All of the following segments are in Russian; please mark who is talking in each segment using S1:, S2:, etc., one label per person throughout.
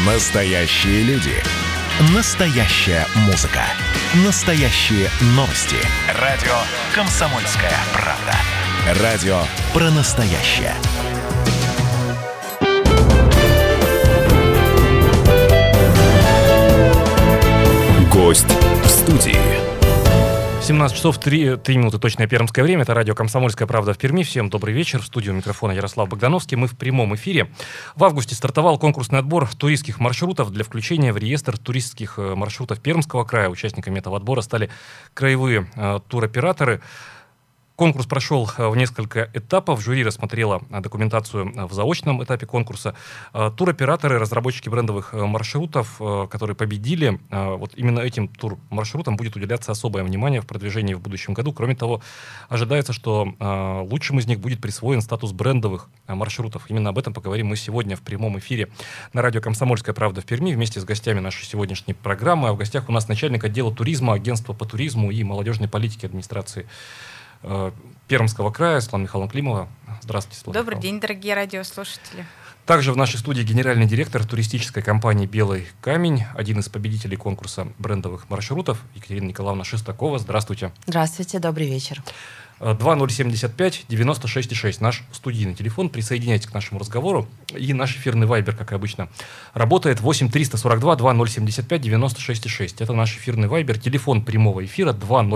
S1: Настоящие люди. Настоящая музыка. Настоящие новости. Радио «Комсомольская правда». Радио про настоящее. Гость в студии.
S2: 17 часов 3 минуты, точное пермское время. Это радио «Комсомольская правда» в Перми. Всем добрый вечер. В студии у микрофона Ярослав Богдановский. Мы в прямом эфире. В августе стартовал конкурсный отбор туристских маршрутов для включения в реестр туристских маршрутов Пермского края. Участниками этого отбора стали краевые туроператоры. Конкурс прошел в несколько этапов. Жюри рассмотрело документацию в заочном этапе конкурса. Туроператоры, разработчики брендовых маршрутов, которые победили, вот именно этим турмаршрутам будет уделяться особое внимание в продвижении в будущем году. Кроме того, ожидается, что лучшим из них будет присвоен статус брендовых маршрутов. Именно об этом поговорим мы сегодня в прямом эфире на радио «Комсомольская правда» в Перми вместе с гостями нашей сегодняшней программы. А в гостях у нас начальник отдела туризма, агентства по туризму и молодежной политики администрации Пермского края Светлана Михайловна Климова. Здравствуйте, Светлана
S3: Добрый день, дорогие радиослушатели.
S2: Также в нашей студии генеральный директор туристической компании «Белый камень», один из победителей конкурса брендовых маршрутов, Екатерина Николаевна Шестакова. Здравствуйте.
S4: Здравствуйте, добрый вечер.
S2: 2075-96-6, наш студийный телефон. Присоединяйтесь к нашему разговору. И наш эфирный вайбер, как и обычно, работает 8-342-2075-96-6. Это наш эфирный вайбер, телефон прямого эфира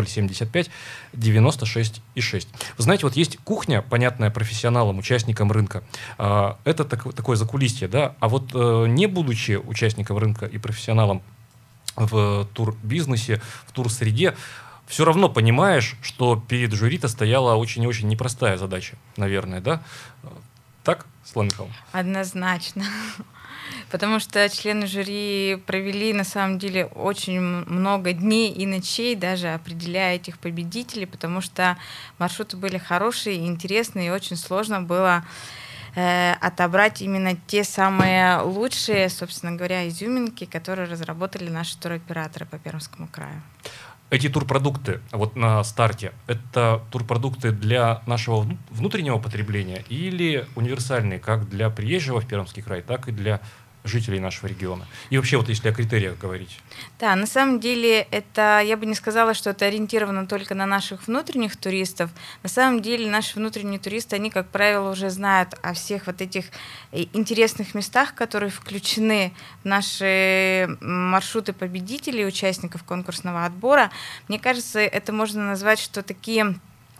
S2: 2075-96-6. Вы знаете, вот есть кухня, понятная профессионалам, участникам рынка. Это такое закулисье, да? А вот не будучи участником рынка и профессионалом в турбизнесе, в турсреде, все равно понимаешь, что перед жюри-то стояла очень-очень непростая задача, наверное, да? Так, Светлана Михайловна?
S3: Однозначно. Потому что члены жюри провели, на самом деле, очень много дней и ночей, даже определяя этих победителей, потому что маршруты были хорошие, интересные, и очень сложно было отобрать именно те самые лучшие, собственно говоря, изюминки, которые разработали наши туроператоры по Пермскому краю.
S2: Эти турпродукты вот на старте, это турпродукты для нашего внутреннего потребления или универсальные как для приезжего в Пермский край, так и для жителей нашего региона? И вообще, вот если о критериях говорить.
S3: Да, на самом деле, это, я бы не сказала, что это ориентировано только на наших внутренних туристов. На самом деле, наши внутренние туристы, они, как правило, уже знают о всех вот этих интересных местах, которые включены в наши маршруты победителей, участников конкурсного отбора. Мне кажется, это можно назвать, что такие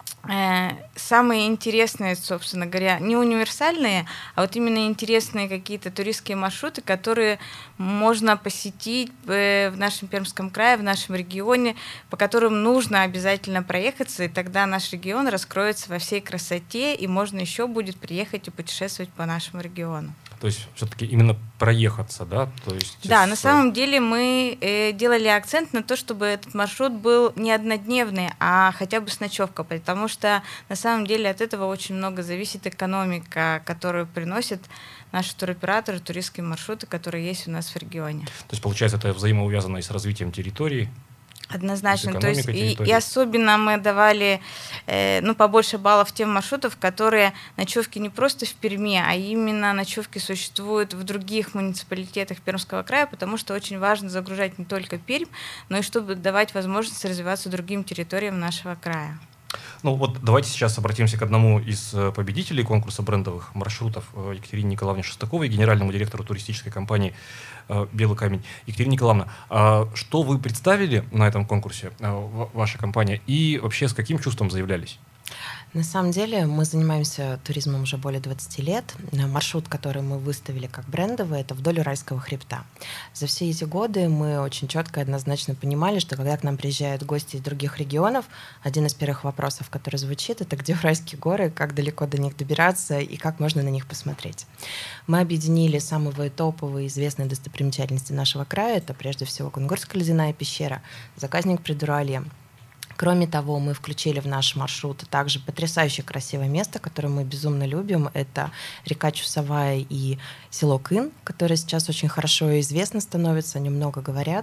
S3: самые интересные, собственно говоря, не универсальные, а вот именно интересные какие-то туристские маршруты, которые можно посетить в нашем Пермском крае, в нашем регионе, по которым нужно обязательно проехаться, и тогда наш регион раскроется во всей красоте, и можно еще будет приехать и путешествовать по нашему региону.
S2: То есть все-таки именно проехаться, да? То есть
S3: да, на самом деле мы делали акцент на то, чтобы этот маршрут был не однодневный, а хотя бы с ночевкой, потому что на самом деле от этого очень много зависит экономика, которую приносят наши туроператоры, туристские маршруты, которые есть у нас в регионе.
S2: То есть, получается, это взаимоувязано и с развитием территории?
S3: Однозначно. То есть и особенно мы давали побольше баллов тем маршрутам, которые ночевки не просто в Перми, а именно ночевки существуют в других муниципалитетах Пермского края, потому что очень важно загружать не только Пермь, но и чтобы давать возможность развиваться другим территориям нашего края.
S2: Ну вот давайте сейчас обратимся к одному из победителей конкурса брендовых маршрутов, Екатерине Николаевне Шестаковой, генеральному директору туристической компании «Белый камень». Екатерина Николаевна, что вы представили на этом конкурсе, ваша компания, и вообще с каким чувством заявлялись?
S4: На самом деле мы занимаемся туризмом уже более 20 лет. Маршрут, который мы выставили как брендовый, это вдоль Уральского хребта. За все эти годы мы очень четко и однозначно понимали, что когда к нам приезжают гости из других регионов, один из первых вопросов, который звучит, это где Уральские горы, как далеко до них добираться и как можно на них посмотреть. Мы объединили самые топовые известные достопримечательности нашего края. Это прежде всего Кунгурская ледяная пещера, заказник Предуралья. Кроме того, мы включили в наш маршрут также потрясающе красивое место, которое мы безумно любим. Это река Чусовая и село Кын, которое сейчас очень хорошо известно становится, о нем много говорят.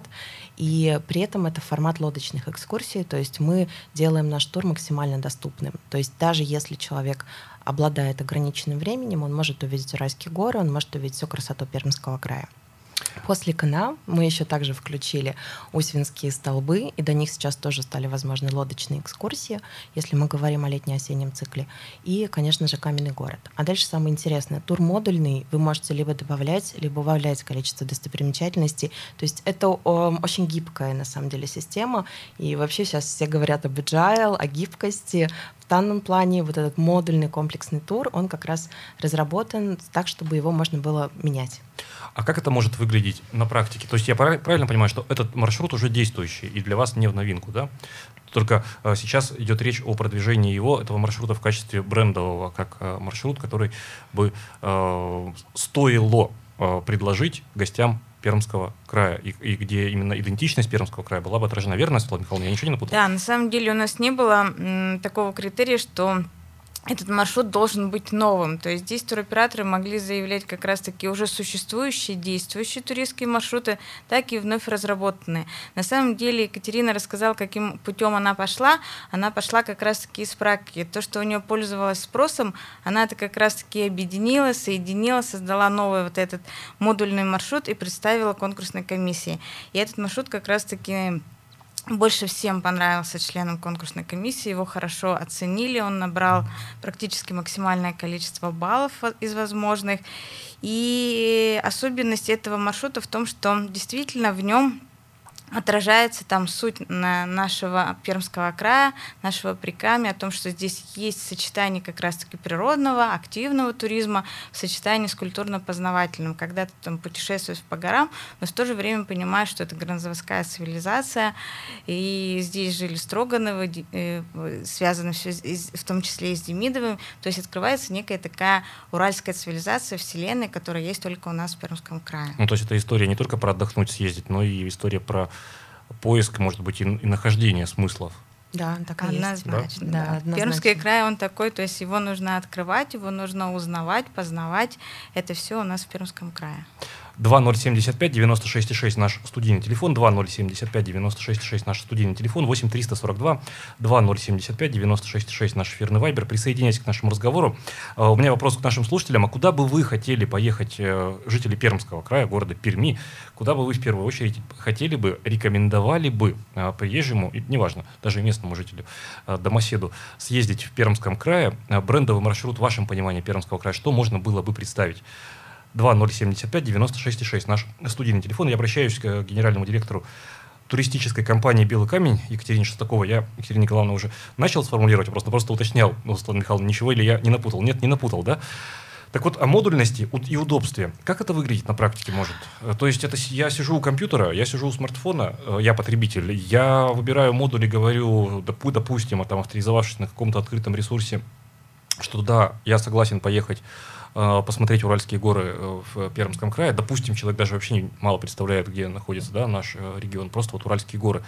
S4: И при этом это формат лодочных экскурсий, то есть мы делаем наш тур максимально доступным. То есть даже если человек обладает ограниченным временем, он может увидеть Уральские горы, он может увидеть всю красоту Пермского края. После КНА мы еще также включили Усвинские столбы, и до них сейчас тоже стали возможны лодочные экскурсии, если мы говорим о летне-осеннем цикле, и, конечно же, Каменный город. А дальше самое интересное. Тур модульный, вы можете либо добавлять, либо убавлять количество достопримечательностей. То есть это очень гибкая, на самом деле, система, и вообще сейчас все говорят об agile, о гибкости. В данном плане вот этот модульный комплексный тур, он как раз разработан так, чтобы его можно было менять.
S2: А как это может выглядеть на практике? То есть я правильно понимаю, что этот маршрут уже действующий и для вас не в новинку, да? Только сейчас идет речь о продвижении этого маршрута в качестве брендового, как маршрут, который бы стоило предложить гостям Пермского края, и где именно идентичность Пермского края была бы отражена. Верно, Светлана Михайловна? Я ничего не напутал?
S3: Да, на самом деле у нас не было такого критерия, что этот маршрут должен быть новым. То есть здесь туроператоры могли заявлять как раз-таки уже существующие, действующие туристские маршруты, так и вновь разработанные. На самом деле Екатерина рассказала, каким путем она пошла. Она пошла как раз-таки из практики. То, что у нее пользовалось спросом, она это как раз-таки объединила, соединила, создала новый вот этот модульный маршрут и представила конкурсной комиссии. И этот маршрут как раз-таки больше всем понравился членам конкурсной комиссии, его хорошо оценили, он набрал практически максимальное количество баллов из возможных. И особенность этого маршрута в том, что действительно в нем отражается там суть нашего Пермского края, нашего Прикамья, о том, что здесь есть сочетание как раз-таки природного, активного туризма в сочетании с культурно-познавательным. Когда ты там путешествуешь по горам, но в то же время понимаешь, что это горнозаводская цивилизация, и здесь жили Строгановы, связано все в том числе и с Демидовым, то есть открывается некая такая уральская цивилизация, вселенная, которая есть только у нас в Пермском крае.
S2: Ну, то есть это история не только про отдохнуть, съездить, но и история про поиск, может быть, и нахождение смыслов.
S4: Да, так и есть.
S3: Однозначно. Да. Пермский край, он такой, то есть его нужно открывать, его нужно узнавать, познавать. Это все у нас в Пермском крае.
S2: 2075-96-6 наш студийный телефон, 2075-96-6 наш студийный телефон, 8-342-2075-96-6 наш эфирный вайбер. Присоединяйтесь к нашему разговору. У меня вопрос к нашим слушателям. А куда бы вы хотели поехать, жители Пермского края, города Перми, куда бы вы в первую очередь хотели бы, рекомендовали бы приезжему, неважно, даже местному жителю, домоседу, съездить в Пермском крае? Брендовый маршрут в вашем понимании Пермского края, что можно было бы представить? 2075-96-6 наш студийный телефон. Я обращаюсь к генеральному директору туристической компании «Белый камень» Екатерине Шестаковой. Я, Екатерина Николаевна, уже начал сформулировать вопрос, но просто уточнял, Светлана Михайловна, ничего или я не напутал? Нет, не напутал, да? Так вот, о модульности и удобстве. Как это выглядит на практике может? То есть это я сижу у компьютера, я сижу у смартфона, я потребитель, я выбираю модуль и говорю, допустим, авторизовавшись на каком-то открытом ресурсе, что да, я согласен поехать посмотреть Уральские горы в Пермском крае. Допустим, человек даже вообще мало представляет, где находится, да, наш регион, просто вот Уральские горы.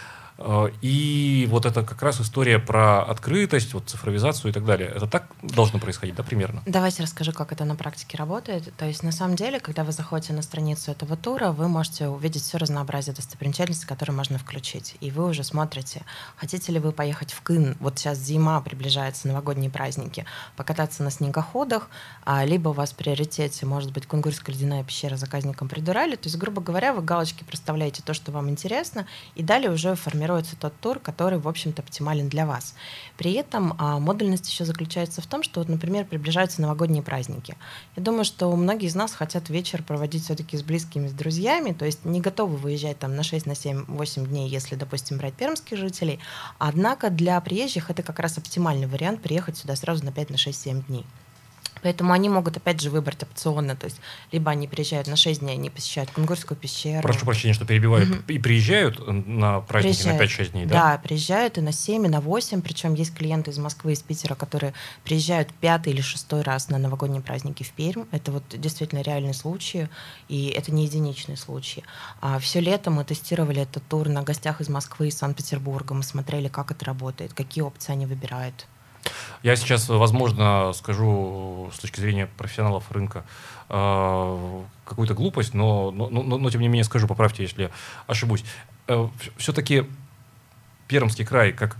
S2: И вот это как раз история про открытость, вот цифровизацию и так далее. Это так должно происходить, да, примерно?
S4: Давайте расскажу, как это на практике работает. То есть, на самом деле, когда вы заходите на страницу этого тура, вы можете увидеть все разнообразие достопримечательностей, которые можно включить. И вы уже смотрите, хотите ли вы поехать в Кын, вот сейчас зима, приближается, новогодние праздники, покататься на снегоходах, либо у вас в приоритете может быть Кунгурская ледяная пещера заказником Придурали. То есть, грубо говоря, вы галочки проставляете то, что вам интересно, и далее уже формируется тот тур, который, в общем-то, оптимален для вас. При этом модульность еще заключается в том, что, вот, например, приближаются новогодние праздники. Я думаю, что многие из нас хотят вечер проводить все-таки с близкими, с друзьями, то есть не готовы выезжать там на 6, на 7, 8 дней, если, допустим, брать пермских жителей. Однако для приезжих это как раз оптимальный вариант приехать сюда сразу на 5, на 6, 7 дней. Поэтому они могут, опять же, выбрать опционно. То есть либо они приезжают на 6 дней, они посещают Кунгурскую пещеру.
S2: Прошу прощения, что перебиваю. И приезжают на праздники на 5-6 дней, да?
S4: Да, приезжают и на 7, и на 8. Причем есть клиенты из Москвы, из Питера, которые приезжают 5-й или 6-й раз на новогодние праздники в Пермь. Это вот действительно реальные случаи, и это не единичные случаи. Все лето мы тестировали этот тур на гостях из Москвы и Санкт-Петербурга. Мы смотрели, как это работает, какие опции они выбирают.
S2: Я сейчас, возможно, скажу с точки зрения профессионалов рынка какую-то глупость, но тем не менее скажу, поправьте, если ошибусь. Все-таки Пермский край, как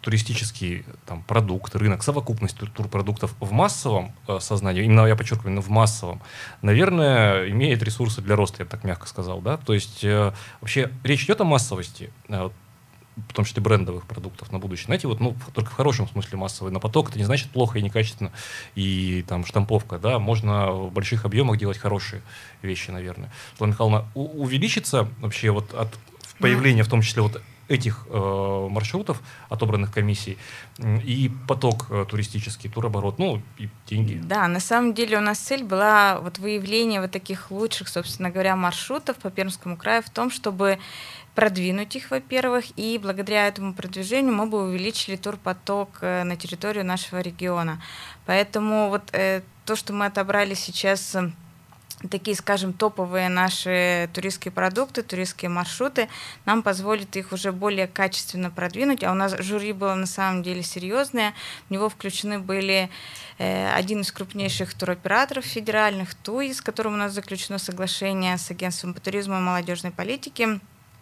S2: туристический там, продукт, рынок, совокупность турпродуктов в массовом сознании, именно я подчеркиваю, именно в массовом, наверное, имеет ресурсы для роста, я бы так мягко сказал. Да? То есть вообще речь идет о массовости, в том числе брендовых продуктов на будущее. Знаете, вот, ну, только в хорошем смысле массовый на поток, это не значит плохо и некачественно, и там штамповка, да, можно в больших объемах делать хорошие вещи, наверное. Светлана Михайловна, увеличится вообще вот от появления, в том числе вот этих маршрутов, отобранных комиссий, и поток туристический, туроборот, ну, и деньги.
S3: Да, на самом деле у нас цель была вот выявление вот таких лучших, собственно говоря, маршрутов по Пермскому краю в том, чтобы продвинуть их, во-первых, и благодаря этому продвижению мы бы увеличили турпоток на территорию нашего региона. Поэтому вот то, что мы отобрали сейчас такие, скажем, топовые наши туристские продукты, туристские маршруты, нам позволит их уже более качественно продвинуть. А у нас жюри было на самом деле серьезное. В него включены были один из крупнейших туроператоров федеральных, ТУИ, с которым у нас заключено соглашение с Агентством по туризму и молодежной политике,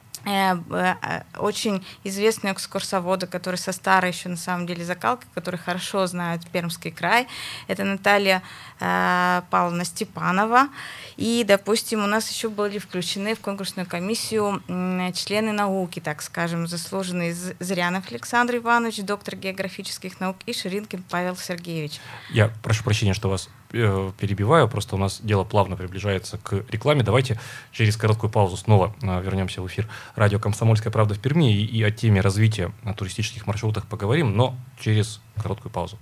S3: очень известные экскурсоводы, которые со старой еще на самом деле закалкой, которые хорошо знают Пермский край. Это Наталья Павловна Степанова. И, допустим, у нас еще были включены в конкурсную комиссию члены науки, так скажем, заслуженный Зырянов Александр Иванович, доктор географических наук, и Ширинкин Павел Сергеевич.
S2: Я прошу прощения, что вас перебиваю, просто у нас дело плавно приближается к рекламе. Давайте через короткую паузу снова вернемся в эфир радио «Комсомольская правда» в Перми и о теме развития на туристических маршрутах поговорим, но через короткую паузу.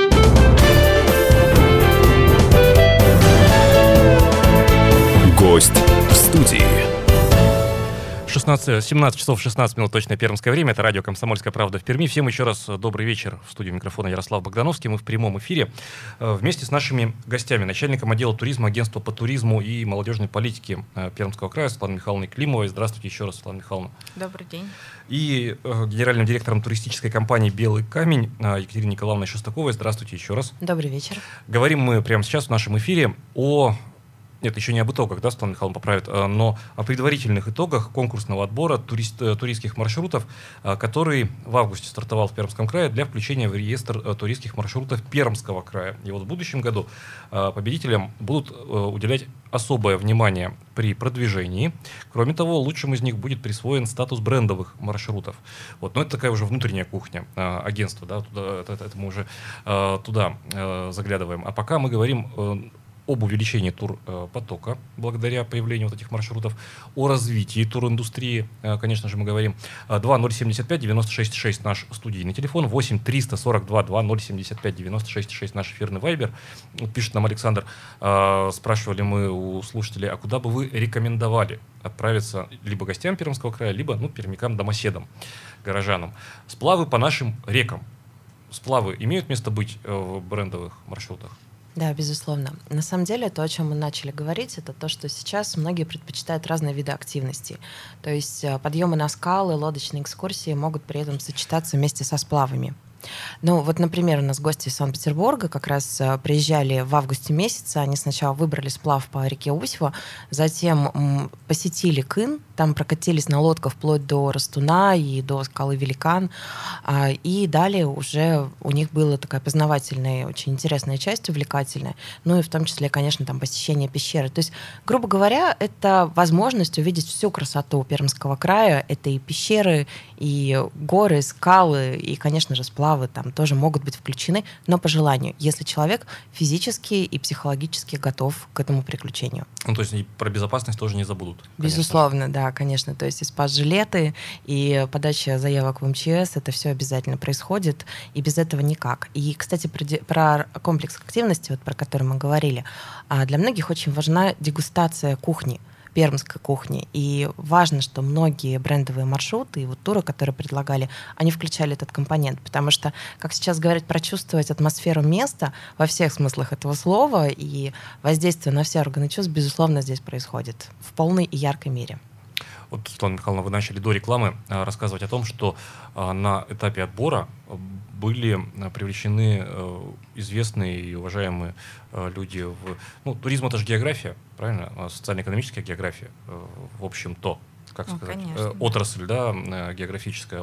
S1: Гость в студии.
S2: 17 часов 16 минут, точное пермское время. Это радио «Комсомольская правда» в Перми. Всем еще раз добрый вечер. В студии микрофона Ярослав Богдановский. Мы в прямом эфире вместе с нашими гостями. Начальником отдела туризма, агентства по туризму и молодежной политике Пермского края Светланой Михайловной Климовой. Здравствуйте еще раз, Светлана Михайловна.
S3: Добрый день.
S2: И генеральным директором туристической компании «Белый камень» Екатериной Николаевной Шестаковой. Здравствуйте еще раз.
S4: Добрый вечер.
S2: Говорим мы прямо сейчас в нашем эфире о... Нет, еще не об итогах, да, Светлана Михайловна поправит, но о предварительных итогах конкурсного отбора туристских маршрутов, который в августе стартовал в Пермском крае для включения в реестр туристских маршрутов Пермского края. И вот в будущем году победителям будут уделять особое внимание при продвижении. Кроме того, лучшим из них будет присвоен статус брендовых маршрутов. Вот, но это такая уже внутренняя кухня агентства, да, это мы уже туда заглядываем. А пока мы говорим об увеличении турпотока благодаря появлению вот этих маршрутов, о развитии туриндустрии, конечно же, мы говорим. 2075-96-6 наш студийный телефон, 8-342-2075-96-6 наш эфирный вайбер. Вот пишет нам Александр, спрашивали мы у слушателей, а куда бы вы рекомендовали отправиться либо гостям Пермского края, либо пермякам, домоседам, горожанам. Сплавы по нашим рекам. Сплавы имеют место быть в брендовых маршрутах?
S4: Да, безусловно. На самом деле, то, о чем мы начали говорить, это то, что сейчас многие предпочитают разные виды активностей. То есть подъемы на скалы, лодочные экскурсии могут при этом сочетаться вместе со сплавами. Ну, вот, например, у нас гости из Санкт-Петербурга как раз приезжали в августе месяце. Они сначала выбрали сплав по реке Усьва, затем посетили Кын, там прокатились на лодках вплоть до Ростуна и до скалы Великан. И далее уже у них была такая познавательная, очень интересная часть, увлекательная. Ну и в том числе, конечно, там посещение пещеры. То есть, грубо говоря, это возможность увидеть всю красоту Пермского края. Это и пещеры, и горы, скалы, и, конечно же, сплавы там тоже могут быть включены, но по желанию, если человек физически и психологически готов к этому приключению.
S2: Ну, то есть и про безопасность тоже не забудут.
S4: Безусловно, да, конечно. То есть и спас-жилеты, и подача заявок в МЧС, это все обязательно происходит, и без этого никак. И, кстати, про комплекс активности, вот про который мы говорили, для многих очень важна дегустация кухни, пермской кухни. И важно, что многие брендовые маршруты и вот туры, которые предлагали, они включали этот компонент, потому что, как сейчас говорят, прочувствовать атмосферу места во всех смыслах этого слова и воздействие на все органы чувств, безусловно, здесь происходит в полной и яркой мере.
S2: Вот, Светлана Михайловна, вы начали до рекламы рассказывать о том, что на этапе отбора были привлечены известные и уважаемые люди. Туризм — это же география, правильно? Социально-экономическая география, в общем-то, как сказать,
S3: конечно.
S2: отрасль, да, географическая.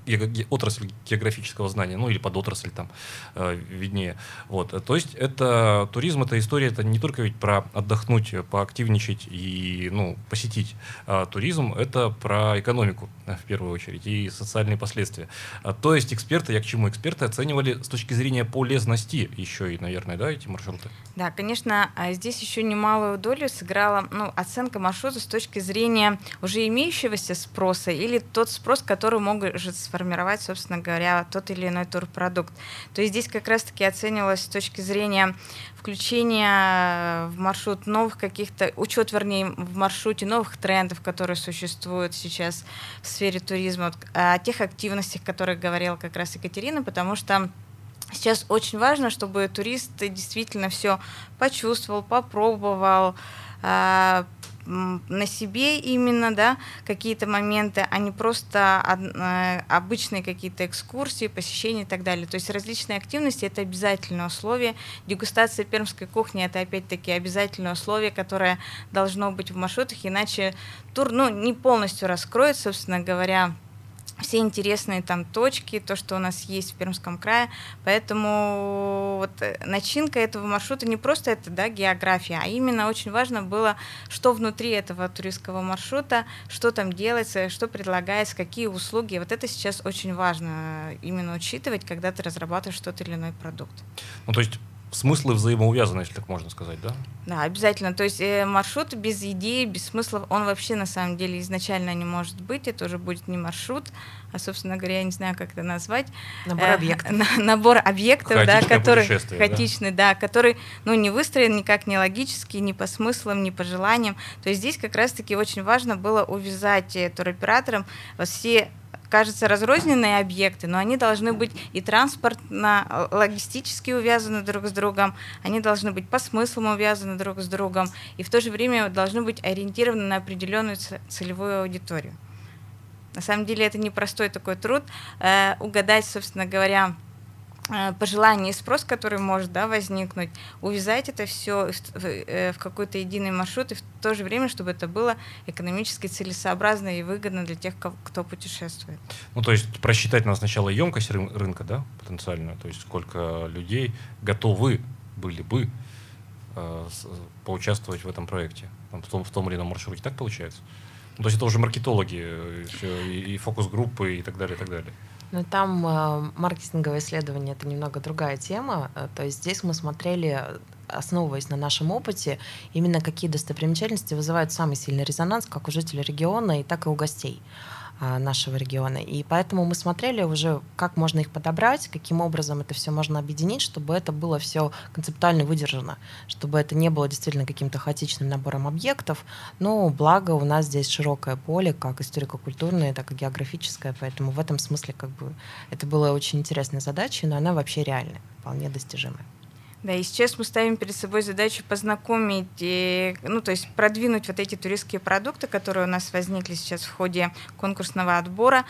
S2: отрасль географического знания, ну или подотрасль там виднее. Вот. То есть это туризм, это история, это не только ведь про отдохнуть, поактивничать и посетить. Туризм — это про экономику в первую очередь и социальные последствия. То есть эксперты, я к чему? Эксперты оценивали с точки зрения полезности еще и, наверное, да, эти маршруты?
S3: Да, конечно, здесь еще немалую долю сыграла оценка маршрута с точки зрения уже имеющегося спроса или тот спрос, который может сформировать, собственно говоря, тот или иной турпродукт. То есть здесь как раз-таки оценивалось с точки зрения включения в маршрут новых каких-то, учет, вернее, в маршруте новых трендов, которые существуют сейчас в сфере туризма, о тех активностях, о которых говорила как раз Екатерина, потому что сейчас очень важно, чтобы турист действительно все почувствовал, попробовал, на себе именно, да, какие-то моменты, а не просто обычные какие-то экскурсии, посещения и так далее. То есть различные активности — это обязательное условие. Дегустация пермской кухни — это опять-таки обязательное условие, которое должно быть в маршрутах, иначе тур не полностью раскроет, собственно говоря, все интересные там точки, то, что у нас есть в Пермском крае. Поэтому вот начинка этого маршрута не просто это, да, география, а именно очень важно было, что внутри этого туристского маршрута, что там делается, что предлагается, какие услуги. Вот это сейчас очень важно именно учитывать, когда ты разрабатываешь тот или иной продукт.
S2: То есть смыслы взаимоувязаны, если так можно сказать, да?
S3: Да, обязательно. То есть маршрут без идеи, без смысла, он вообще на самом деле изначально не может быть. Это уже будет не маршрут, а, собственно говоря, я не знаю, как это назвать.
S4: Набор объектов.
S3: Набор объектов, да, который
S2: хаотичный,
S3: да, который не выстроен никак не логически, ни по смыслам, ни по желаниям. То есть здесь как раз-таки очень важно было увязать туроператорам все, кажется, разрозненные объекты, но они должны быть и транспортно, логистически увязаны друг с другом, они должны быть по смыслам увязаны друг с другом, и в то же время должны быть ориентированы на определенную целевую аудиторию. На самом деле это непростой такой труд, угадать, собственно говоря, пожелание и спрос, который может, да, возникнуть, увязать это все в какой-то единый маршрут, и в то же время, чтобы это было экономически целесообразно и выгодно для тех, кто путешествует.
S2: То есть просчитать надо сначала емкость рынка, да, потенциальную, то есть сколько людей готовы были бы поучаствовать в этом проекте, в том или ином маршруте. Так получается? То есть это уже маркетологи, и фокус-группы и так далее, и так далее.
S4: Но там маркетинговое исследование — это немного другая тема. То есть здесь мы смотрели, основываясь на нашем опыте, именно какие достопримечательности вызывают самый сильный резонанс как у жителей региона, и так и у гостей нашего региона. И поэтому мы смотрели уже, как можно их подобрать, каким образом это все можно объединить, чтобы это было все концептуально выдержано, чтобы это не было действительно каким-то хаотичным набором объектов. Но благо у нас здесь широкое поле, как историко-культурное, так и географическое, поэтому в этом смысле это была очень интересная задача, но она вообще реальная, вполне достижимая.
S3: Да, и сейчас мы ставим перед собой задачу познакомить, то есть продвинуть вот эти туристские продукты, которые у нас возникли сейчас в ходе конкурсного отбора,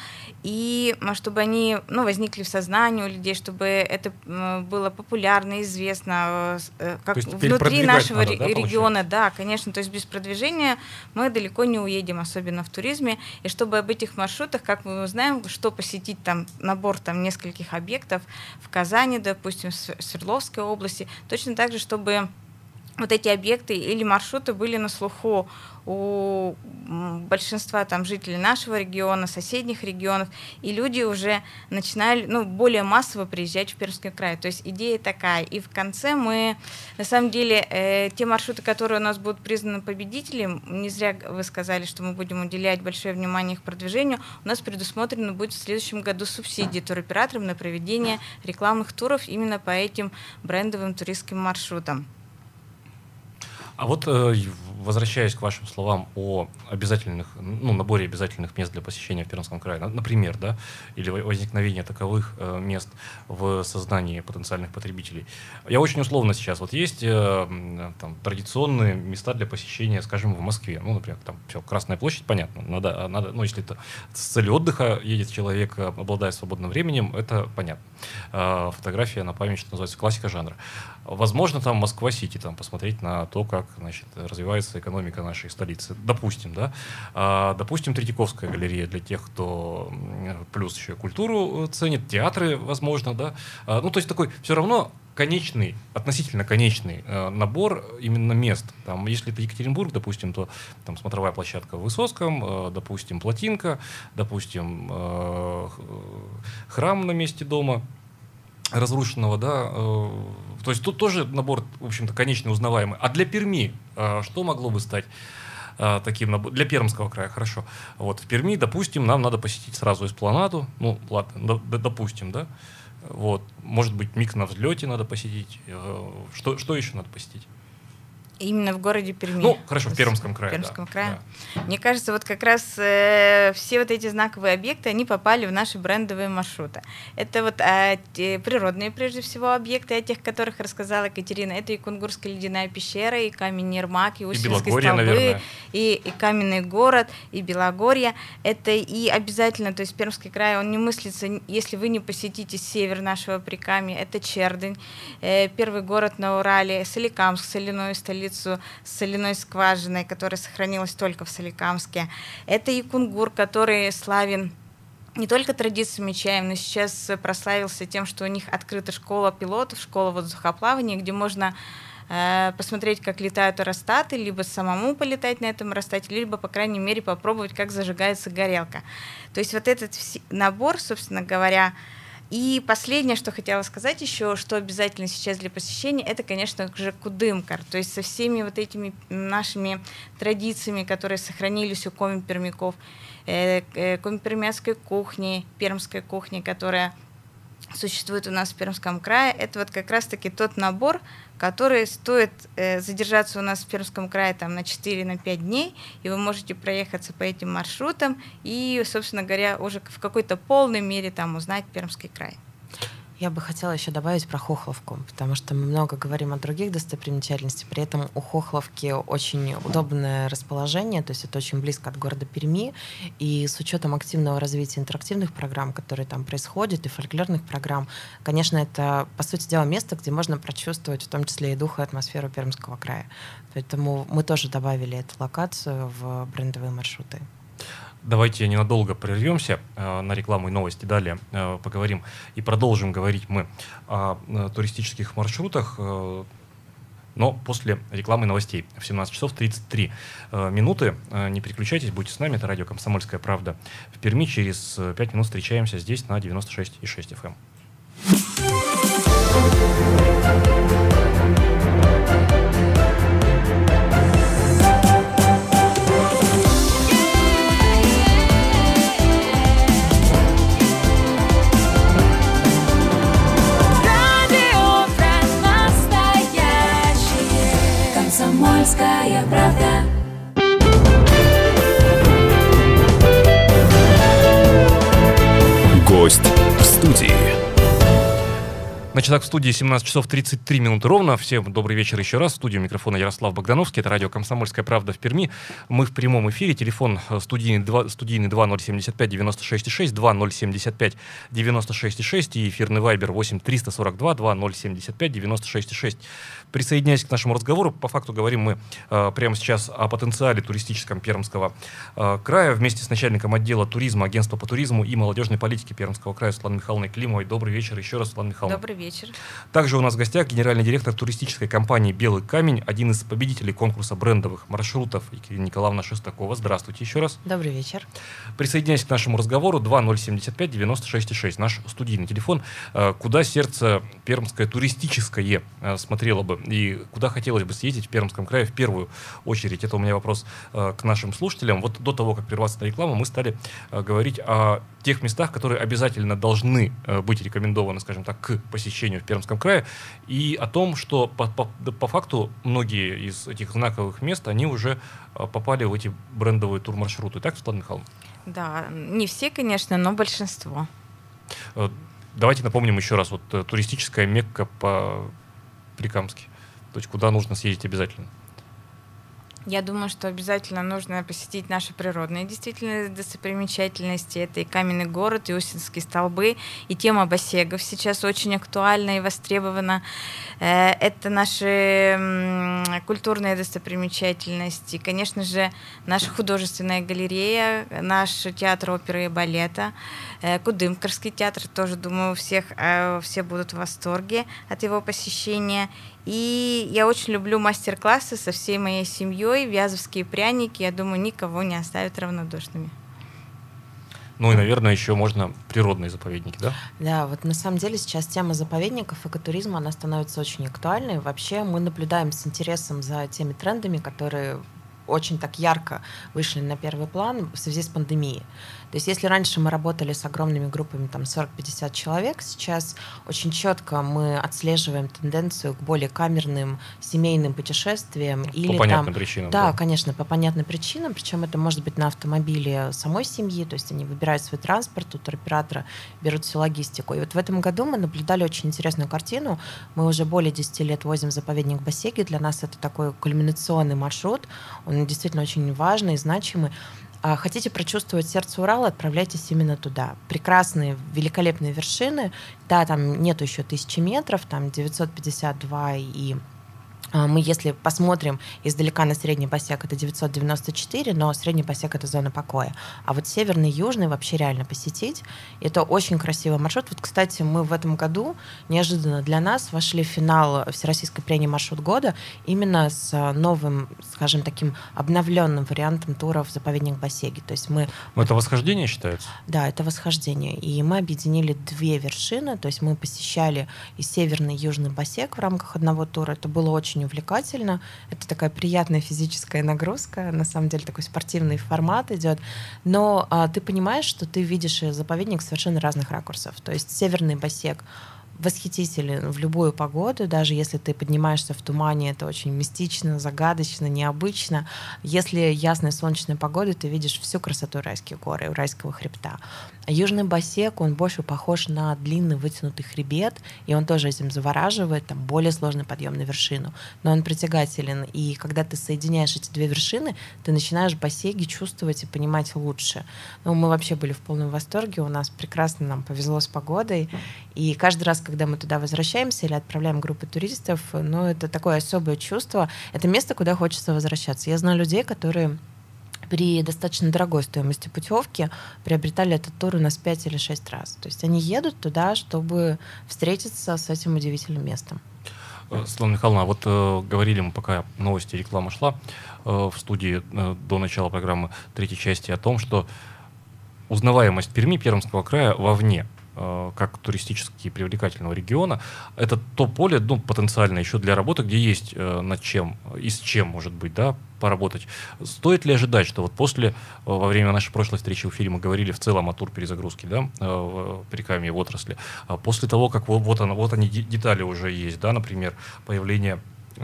S3: и чтобы они возникли в сознании у людей, чтобы это было популярно, известно, как внутри нашего региона. Да, конечно, то есть без продвижения мы далеко не уедем, особенно в туризме, и чтобы об этих маршрутах, как мы узнаем, что посетить, там набор нескольких объектов в Казани, допустим, в Свердловской области, точно так же, чтобы вот эти объекты или маршруты были на слуху у большинства жителей нашего региона, соседних регионов, и люди уже начинали более массово приезжать в Пермский край. То есть идея такая. И в конце мы, на самом деле, те маршруты, которые у нас будут признаны победителем, не зря вы сказали, что мы будем уделять большое внимание их продвижению, у нас предусмотрено будет в следующем году субсидии туроператорам на проведение рекламных туров именно по этим брендовым туристским маршрутам.
S2: А вот возвращаясь к вашим словам о обязательных, наборе обязательных мест для посещения в Пермском крае, например, да, или возникновение таковых мест в сознании потенциальных потребителей. Я очень условно сейчас. Вот есть традиционные места для посещения, скажем, в Москве. Например, там все, Красная площадь, понятно. Надо, если это с целью отдыха едет человек, обладая свободным временем, это понятно. Фотография на память, что называется, классика жанра. Возможно, там Москва-Сити, там посмотреть на то, как, значит, развивается экономика нашей столицы. Допустим, да. Допустим, Третьяковская галерея для тех, кто плюс еще культуру ценит, театры, возможно, да. Ну, то есть такой все равно конечный, относительно конечный набор именно мест. Там, если это Екатеринбург, допустим, то там смотровая площадка в Высоцком, допустим, Плотинка, допустим, храм на месте дома разрушенного, да, то есть тут тоже набор, в общем-то, конечно узнаваемый. А для Перми что могло бы стать таким набором? Для Пермского края, хорошо. Вот в Перми, допустим, нам надо посетить сразу Эспланаду, ну, ладно, допустим, да, вот, может быть, Миг на взлете надо посетить, что еще надо посетить?
S3: Именно в городе Перми.
S2: Ну, хорошо, в Пермском крае.
S3: В Пермском крае.
S2: Да.
S3: Мне кажется, вот как раз все вот эти знаковые объекты, они попали в наши брендовые маршруты. Это вот природные, прежде всего, объекты, о тех, которых рассказала Екатерина. Это и Кунгурская ледяная пещера, и камень Нермак, и Устинские столбы, и каменный город, и Белогорье. Это и обязательно, то есть Пермский край, он не мыслится, если вы не посетите север нашего Прикамья. Это Чердынь, первый город на Урале, Соликамск, соляную столицу, с соляной скважиной, которая сохранилась только в Соликамске. Это и Кунгур, который славен не только традициями чаем, но сейчас прославился тем, что у них открыта школа пилотов, школа воздухоплавания, где можно посмотреть, как летают аэростаты, либо самому полетать на этом аэростате, либо, по крайней мере, попробовать, как зажигается горелка. То есть вот этот набор, собственно говоря. И последнее, что хотела сказать еще, что обязательно сейчас для посещения, это, конечно же, Кудымкар. То есть со всеми вот этими нашими традициями, которые сохранились у коми-пермяков, коми-пермяцкой кухни, пермской кухни, которая существует у нас в Пермском крае, это вот как раз-таки тот набор, который стоит задержаться у нас в Пермском крае там, на 4-5 дней, и вы можете проехаться по этим маршрутам и, собственно говоря, уже в какой-то полной мере там, узнать Пермский край.
S4: Я бы хотела еще добавить про Хохловку, потому что мы много говорим о других достопримечательностях, при этом у Хохловки очень удобное расположение, то есть это очень близко от города Перми, и с учетом активного развития интерактивных программ, которые там происходят, и фольклорных программ, конечно, это, по сути дела, место, где можно прочувствовать в том числе и дух, и атмосферу Пермского края. Поэтому мы тоже добавили эту локацию в брендовые маршруты.
S2: Давайте ненадолго прервемся на рекламу и новости. Далее поговорим и продолжим говорить мы о туристических маршрутах, но после рекламы и новостей. В 17 часов 33 минуты. Не переключайтесь, будьте с нами. Это радио «Комсомольская правда» в Перми. Через 5 минут встречаемся здесь на 96,6 FM.
S5: «Комсомольская правда».
S1: Гость в студии.
S2: На часах в студии 17 часов 33 минуты ровно. Всем добрый вечер еще раз. В студии микрофона Ярослав Богдановский. Это радио «Комсомольская правда» в Перми. Мы в прямом эфире. Телефон студийный 2075 96 6, 2075 96 6 и эфирный вайбер 8 342 2075 96 6. Присоединяясь к нашему разговору, по факту говорим мы прямо сейчас о потенциале туристическом Пермского края вместе с начальником отдела туризма, агентства по туризму и молодежной политики Пермского края Светланой Михайловной Климовой. Добрый вечер еще раз, Светлана Михайловна.
S3: Добрый вечер.
S2: Также у нас в гостях генеральный директор туристической компании «Белый камень», один из победителей конкурса брендовых маршрутов Екатерина Николаевна Шестакова. Здравствуйте еще раз.
S4: Добрый вечер.
S2: Присоединяясь к нашему разговору, 2075 96 6, наш студийный телефон. Куда сердце пермское туристическое смотрело бы и куда хотелось бы съездить в Пермском крае в первую очередь? Это у меня вопрос к нашим слушателям. Вот до того, как прерваться на рекламу, мы стали говорить о тех местах, которые обязательно должны быть рекомендованы, скажем так, к посещению в Пермском крае, и о том, что по факту многие из этих знаковых мест, они уже попали в эти брендовые турмаршруты. Так, Светлана Михайловна?
S3: Да, не все, конечно, но большинство.
S2: Давайте напомним еще раз, вот туристическая Мекка по-прикамски. То есть куда нужно съездить обязательно?
S3: Я думаю, что обязательно нужно посетить наши природные действительно достопримечательности. Это и Каменный город, и Усинские столбы, и тема бассейгов сейчас очень актуальна и востребована. Это наши культурные достопримечательности. Конечно же, наша художественная галерея, наш театр оперы и балета, Кудымкарский театр, тоже, думаю, все будут в восторге от его посещения. И я очень люблю мастер-классы со всей моей семьей, вязовские пряники, я думаю, никого не оставят равнодушными.
S2: Ну и, наверное, еще можно природные заповедники, да?
S4: Да, вот на самом деле сейчас тема заповедников, экотуризма, она становится очень актуальной. Вообще мы наблюдаем с интересом за теми трендами, которые очень так ярко вышли на первый план в связи с пандемией. То есть если раньше мы работали с огромными группами, там 40-50 человек, сейчас очень четко мы отслеживаем тенденцию к более камерным семейным путешествиям.
S2: По понятным причинам.
S4: Да, конечно, по понятным причинам, причем это может быть на автомобиле самой семьи, то есть они выбирают свой транспорт, у туроператора берут всю логистику. И вот в этом году мы наблюдали очень интересную картину. Мы уже более 10 лет возим в заповедник Бассейги. Для нас это такой кульминационный маршрут. Он действительно очень важный, значимый. Хотите прочувствовать сердце Урала, отправляйтесь именно туда. Прекрасные, великолепные вершины. Да, там нету еще 1000 метров, там 952 и мы, если посмотрим издалека на Средний Бассек, это 994, но Средний Бассек — это зона покоя. А вот Северный и Южный вообще реально посетить. Это очень красивый маршрут. Вот, кстати, мы в этом году неожиданно для нас вошли в финал Всероссийской премии «Маршрут года» именно с новым, скажем, таким обновленным вариантом тура в заповедник Бассейги. То есть
S2: Это восхождение считается?
S4: Да, это восхождение. И мы объединили 2 вершины, то есть мы посещали и Северный, и Южный Бассек в рамках одного тура. Это было очень увлекательно. Это такая приятная физическая нагрузка. На самом деле такой спортивный формат идет. Но ты понимаешь, что ты видишь заповедник с совершенно разных ракурсов. То есть Северный Бассек восхитителен в любую погоду, даже если ты поднимаешься в тумане, это очень мистично, загадочно, необычно. Если ясная солнечная погода, ты видишь всю красоту райских гор и райского хребта. А Южный Бассек, он больше похож на длинный вытянутый хребет, и он тоже этим завораживает, там более сложный подъем на вершину, но он притягателен. И когда ты соединяешь эти 2 вершины, ты начинаешь Бассейги чувствовать и понимать лучше. Ну, мы вообще были в полном восторге, у нас прекрасно, нам повезло с погодой, и каждый раз, когда мы туда возвращаемся или отправляем группы туристов, ну, это такое особое чувство, это место, куда хочется возвращаться. Я знаю людей, которые при достаточно дорогой стоимости путевки приобретали этот тур у нас 5 или 6 раз. То есть они едут туда, чтобы встретиться с этим удивительным местом.
S2: Светлана Михайловна, вот говорили мы, пока новости и реклама шла в студии до начала программы 3-й части, о том, что узнаваемость Перми, Пермского края вовне, как туристически привлекательного региона, это то поле, ну, потенциально еще для работы, где есть над чем и с чем, может быть, да, поработать. Стоит ли ожидать, что вот во время нашей прошлой встречи в эфире мы говорили в целом о турперезагрузке, да, в Прикамье, в отрасли, после того, как вот они детали уже есть, да, например, появление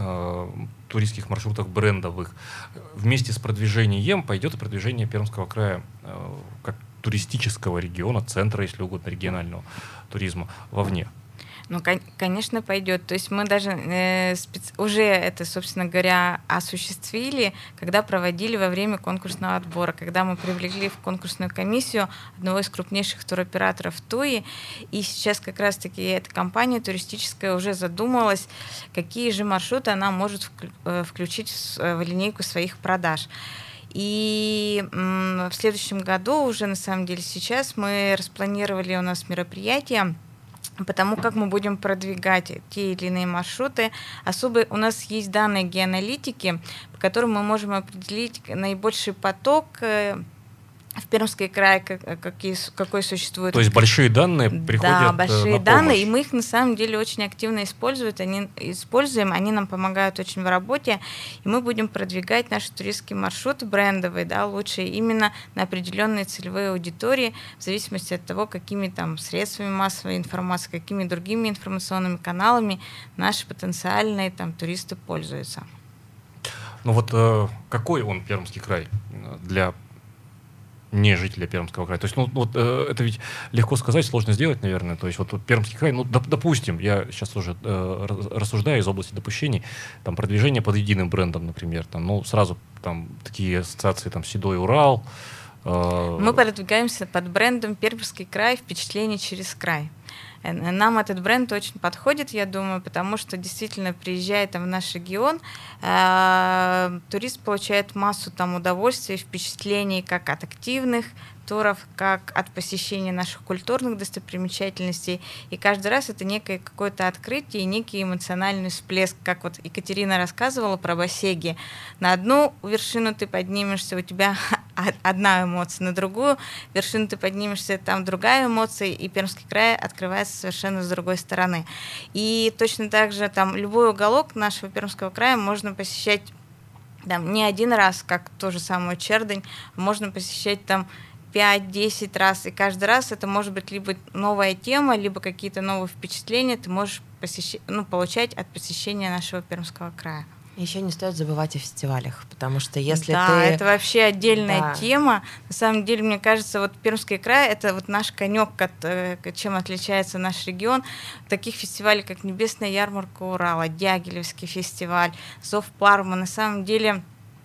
S2: туристских маршрутов брендовых, вместе с продвижением пойдет и продвижение Пермского края как туристического региона, центра, если угодно, регионального туризма вовне?
S3: Ну, конечно, пойдет. То есть мы даже уже это, собственно говоря, осуществили, когда проводили во время конкурсного отбора, когда мы привлекли в конкурсную комиссию одного из крупнейших туроператоров ТУИ, и сейчас как раз-таки эта компания туристическая уже задумалась, какие же маршруты она может включить в линейку своих продаж. И в следующем году уже, на самом деле, сейчас мы распланировали у нас мероприятия, потому как мы будем продвигать те или иные маршруты. Особо у нас есть данные геоаналитики, по которым мы можем определить наибольший поток в Пермский край, какой существует.
S2: То есть большие данные приходят
S3: Да, большие
S2: на
S3: данные,
S2: помощь.
S3: и мы их на самом деле очень активно используем, они нам помогают очень в работе, и мы будем продвигать наши туристские маршруты брендовые, да, лучшие именно на определенные целевые аудитории, в зависимости от того, какими там средствами массовой информации, какими другими информационными каналами наши потенциальные там туристы пользуются.
S2: Ну вот какой он, Пермский край, для не жителя Пермского края? То есть, это ведь легко сказать, сложно сделать, наверное. То есть, вот Пермский край, допустим, я сейчас уже рассуждаю из области допущений, там, продвижение под единым брендом, например, там, сразу там такие ассоциации, там, Седой Урал.
S3: Мы продвигаемся под брендом «Пермский край. Впечатление через край». Нам этот бренд очень подходит, я думаю, потому что действительно, приезжая там в наш регион, турист получает массу там удовольствия, впечатлений как от активных туров, как от посещения наших культурных достопримечательностей. И каждый раз это некое какое-то открытие и некий эмоциональный всплеск, как вот Екатерина рассказывала про Бассеги. На одну вершину ты поднимешься, у тебя одна эмоция, на другую вершину ты поднимешься, там другая эмоция, и Пермский край открывается совершенно с другой стороны. И точно так же там любой уголок нашего Пермского края можно посещать там не один раз, как ту же самую Чердынь, можно посещать там 5-10 раз, и каждый раз это может быть либо новая тема, либо какие-то новые впечатления ты можешь получать от посещения нашего Пермского края.
S4: Еще не стоит забывать о фестивалях, потому что если
S3: да, это вообще отдельная
S4: Да.
S3: тема. На самом деле, мне кажется, вот Пермский край — это вот наш конек, чем отличается наш регион. Таких фестивалей, как Небесная ярмарка Урала, Дягилевский фестиваль, Зов Пармы, на самом деле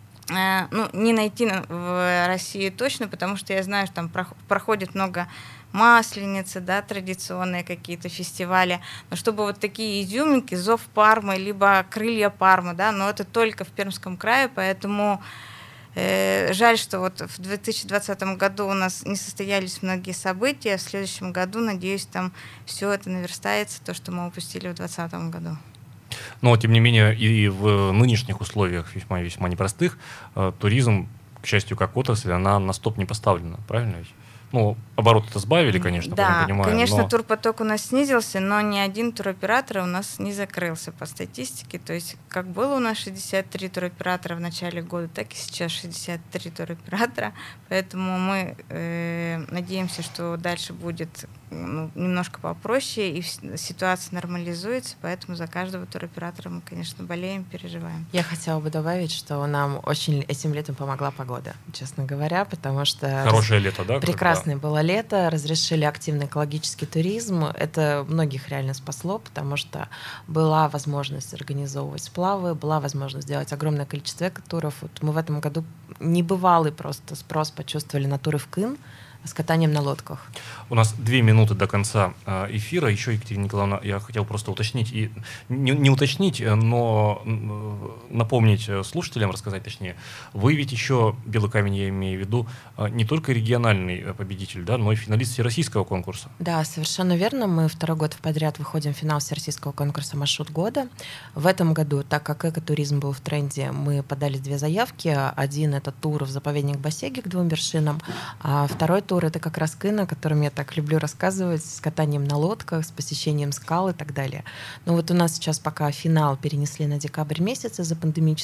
S3: не найти в России точно, потому что я знаю, что там проходит много Масленицы, да, традиционные какие-то фестивали, но чтобы вот такие изюминки, Зов Пармы, либо Крылья Пармы, да, но это только в Пермском крае, поэтому жаль, что вот в 2020 году у нас не состоялись многие события, в следующем году, надеюсь, там все это наверстается, то, что мы упустили в 2020 году.
S2: Но, тем не менее, и в нынешних условиях весьма непростых туризм, к счастью, как отрасль, она на стоп не поставлена, правильно ведь? Обороты-то сбавили, конечно,
S3: да,
S2: понимаю.
S3: Конечно, турпоток у нас снизился, но ни один туроператор у нас не закрылся по статистике. То есть, как было у нас 63 туроператора в начале года, так и сейчас 63 туроператора. Поэтому мы надеемся, что дальше будет немножко попроще, и ситуация нормализуется. Поэтому за каждого туроператора мы, конечно, болеем, переживаем.
S4: Я хотела бы добавить, что нам очень этим летом помогла погода, честно говоря, потому что...
S2: Хорошее лето, да?
S4: Прекрасное было лето, разрешили активный экологический туризм. Это многих реально спасло, потому что была возможность организовывать сплавы, была возможность сделать огромное количество экотуров. Вот мы в этом году небывалый просто спрос почувствовали на туры в Кын с катанием на лодках.
S2: У нас 2 минуты до конца эфира. Еще, Екатерина Николаевна, я хотел просто уточнить, и не уточнить, но напомнить слушателям, рассказать точнее. Вы ведь еще, Белый камень я имею в виду, не только региональный победитель, да, но и финалист всероссийского конкурса.
S4: Да, совершенно верно. Мы второй год подряд выходим в финал всероссийского конкурса «Маршрут года». В этом году, так как экотуризм был в тренде, мы подали 2 заявки. Один — это тур в заповедник Бассеги к 2 вершинам, а второй тур — это как раз Кын, о котором я так люблю рассказывать, с катанием на лодках, с посещением скал и так далее. Но вот у нас сейчас пока финал перенесли на декабрь месяц из-за пандемии,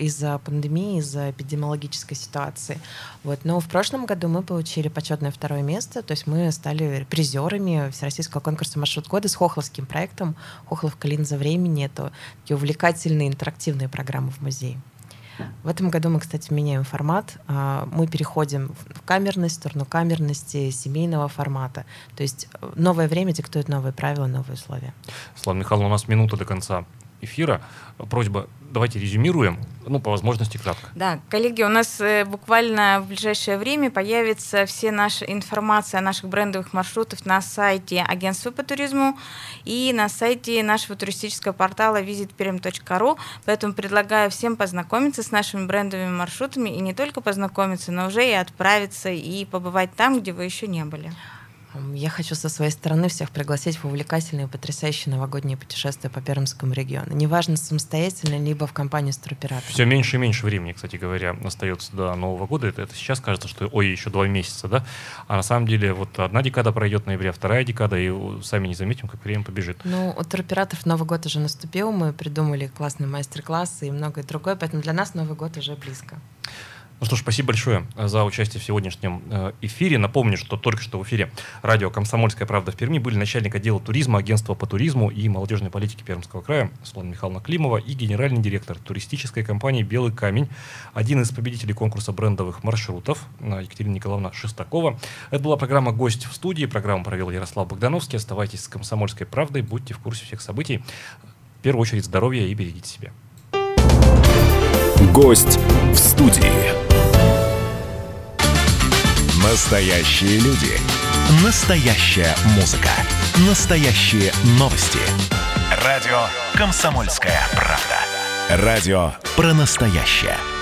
S4: из-за эпидемиологической ситуации. Вот. Но в прошлом году мы получили почетное 2 место, то есть мы стали призерами всероссийского конкурса «Маршрут года» с хохловским проектом «Хохловка линза времени». Это такие увлекательные интерактивные программы в музее. В этом году мы, кстати, меняем формат. Мы переходим в камерность, в сторону камерности, семейного формата. То есть новое время диктует новые правила, новые условия.
S2: Светлана Михайловна, у нас минута до конца эфира. Просьба, давайте резюмируем, по возможности кратко.
S3: Да, коллеги, у нас буквально в ближайшее время появится вся наша информация о наших брендовых маршрутах на сайте агентства по туризму и на сайте нашего туристического портала visitperm.ru. Поэтому предлагаю всем познакомиться с нашими брендовыми маршрутами и не только познакомиться, но уже и отправиться и побывать там, где вы еще не были.
S4: Я хочу со своей стороны всех пригласить в увлекательные, потрясающие новогодние путешествия по Пермскому региону. Неважно, самостоятельно, либо в компании с туроператором.
S2: Все меньше и меньше времени, кстати говоря, остается до Нового года. Это сейчас кажется, что еще 2 месяца, да? А на самом деле вот 1 декада пройдет ноября, 2 декада, и сами не заметим, как время побежит.
S4: У туроператоров Новый год уже наступил, мы придумали классные мастер-классы и многое другое, поэтому для нас Новый год уже близко.
S2: Ну что ж, спасибо большое за участие в сегодняшнем эфире. Напомню, что только что в эфире радио «Комсомольская правда» в Перми были начальник отдела туризма, агентства по туризму и молодежной политике Пермского края Светлана Михайловна Климова и генеральный директор туристической компании «Белый камень», один из победителей конкурса брендовых маршрутов Екатерина Николаевна Шестакова. Это была программа «Гость в студии». Программу провел Ярослав Богдановский. Оставайтесь с «Комсомольской правдой», будьте в курсе всех событий. В первую очередь здоровья и берегите себя.
S1: Гость в студии. Настоящие люди. Настоящая музыка. Настоящие новости. Радио «Комсомольская правда». Радио про настоящее.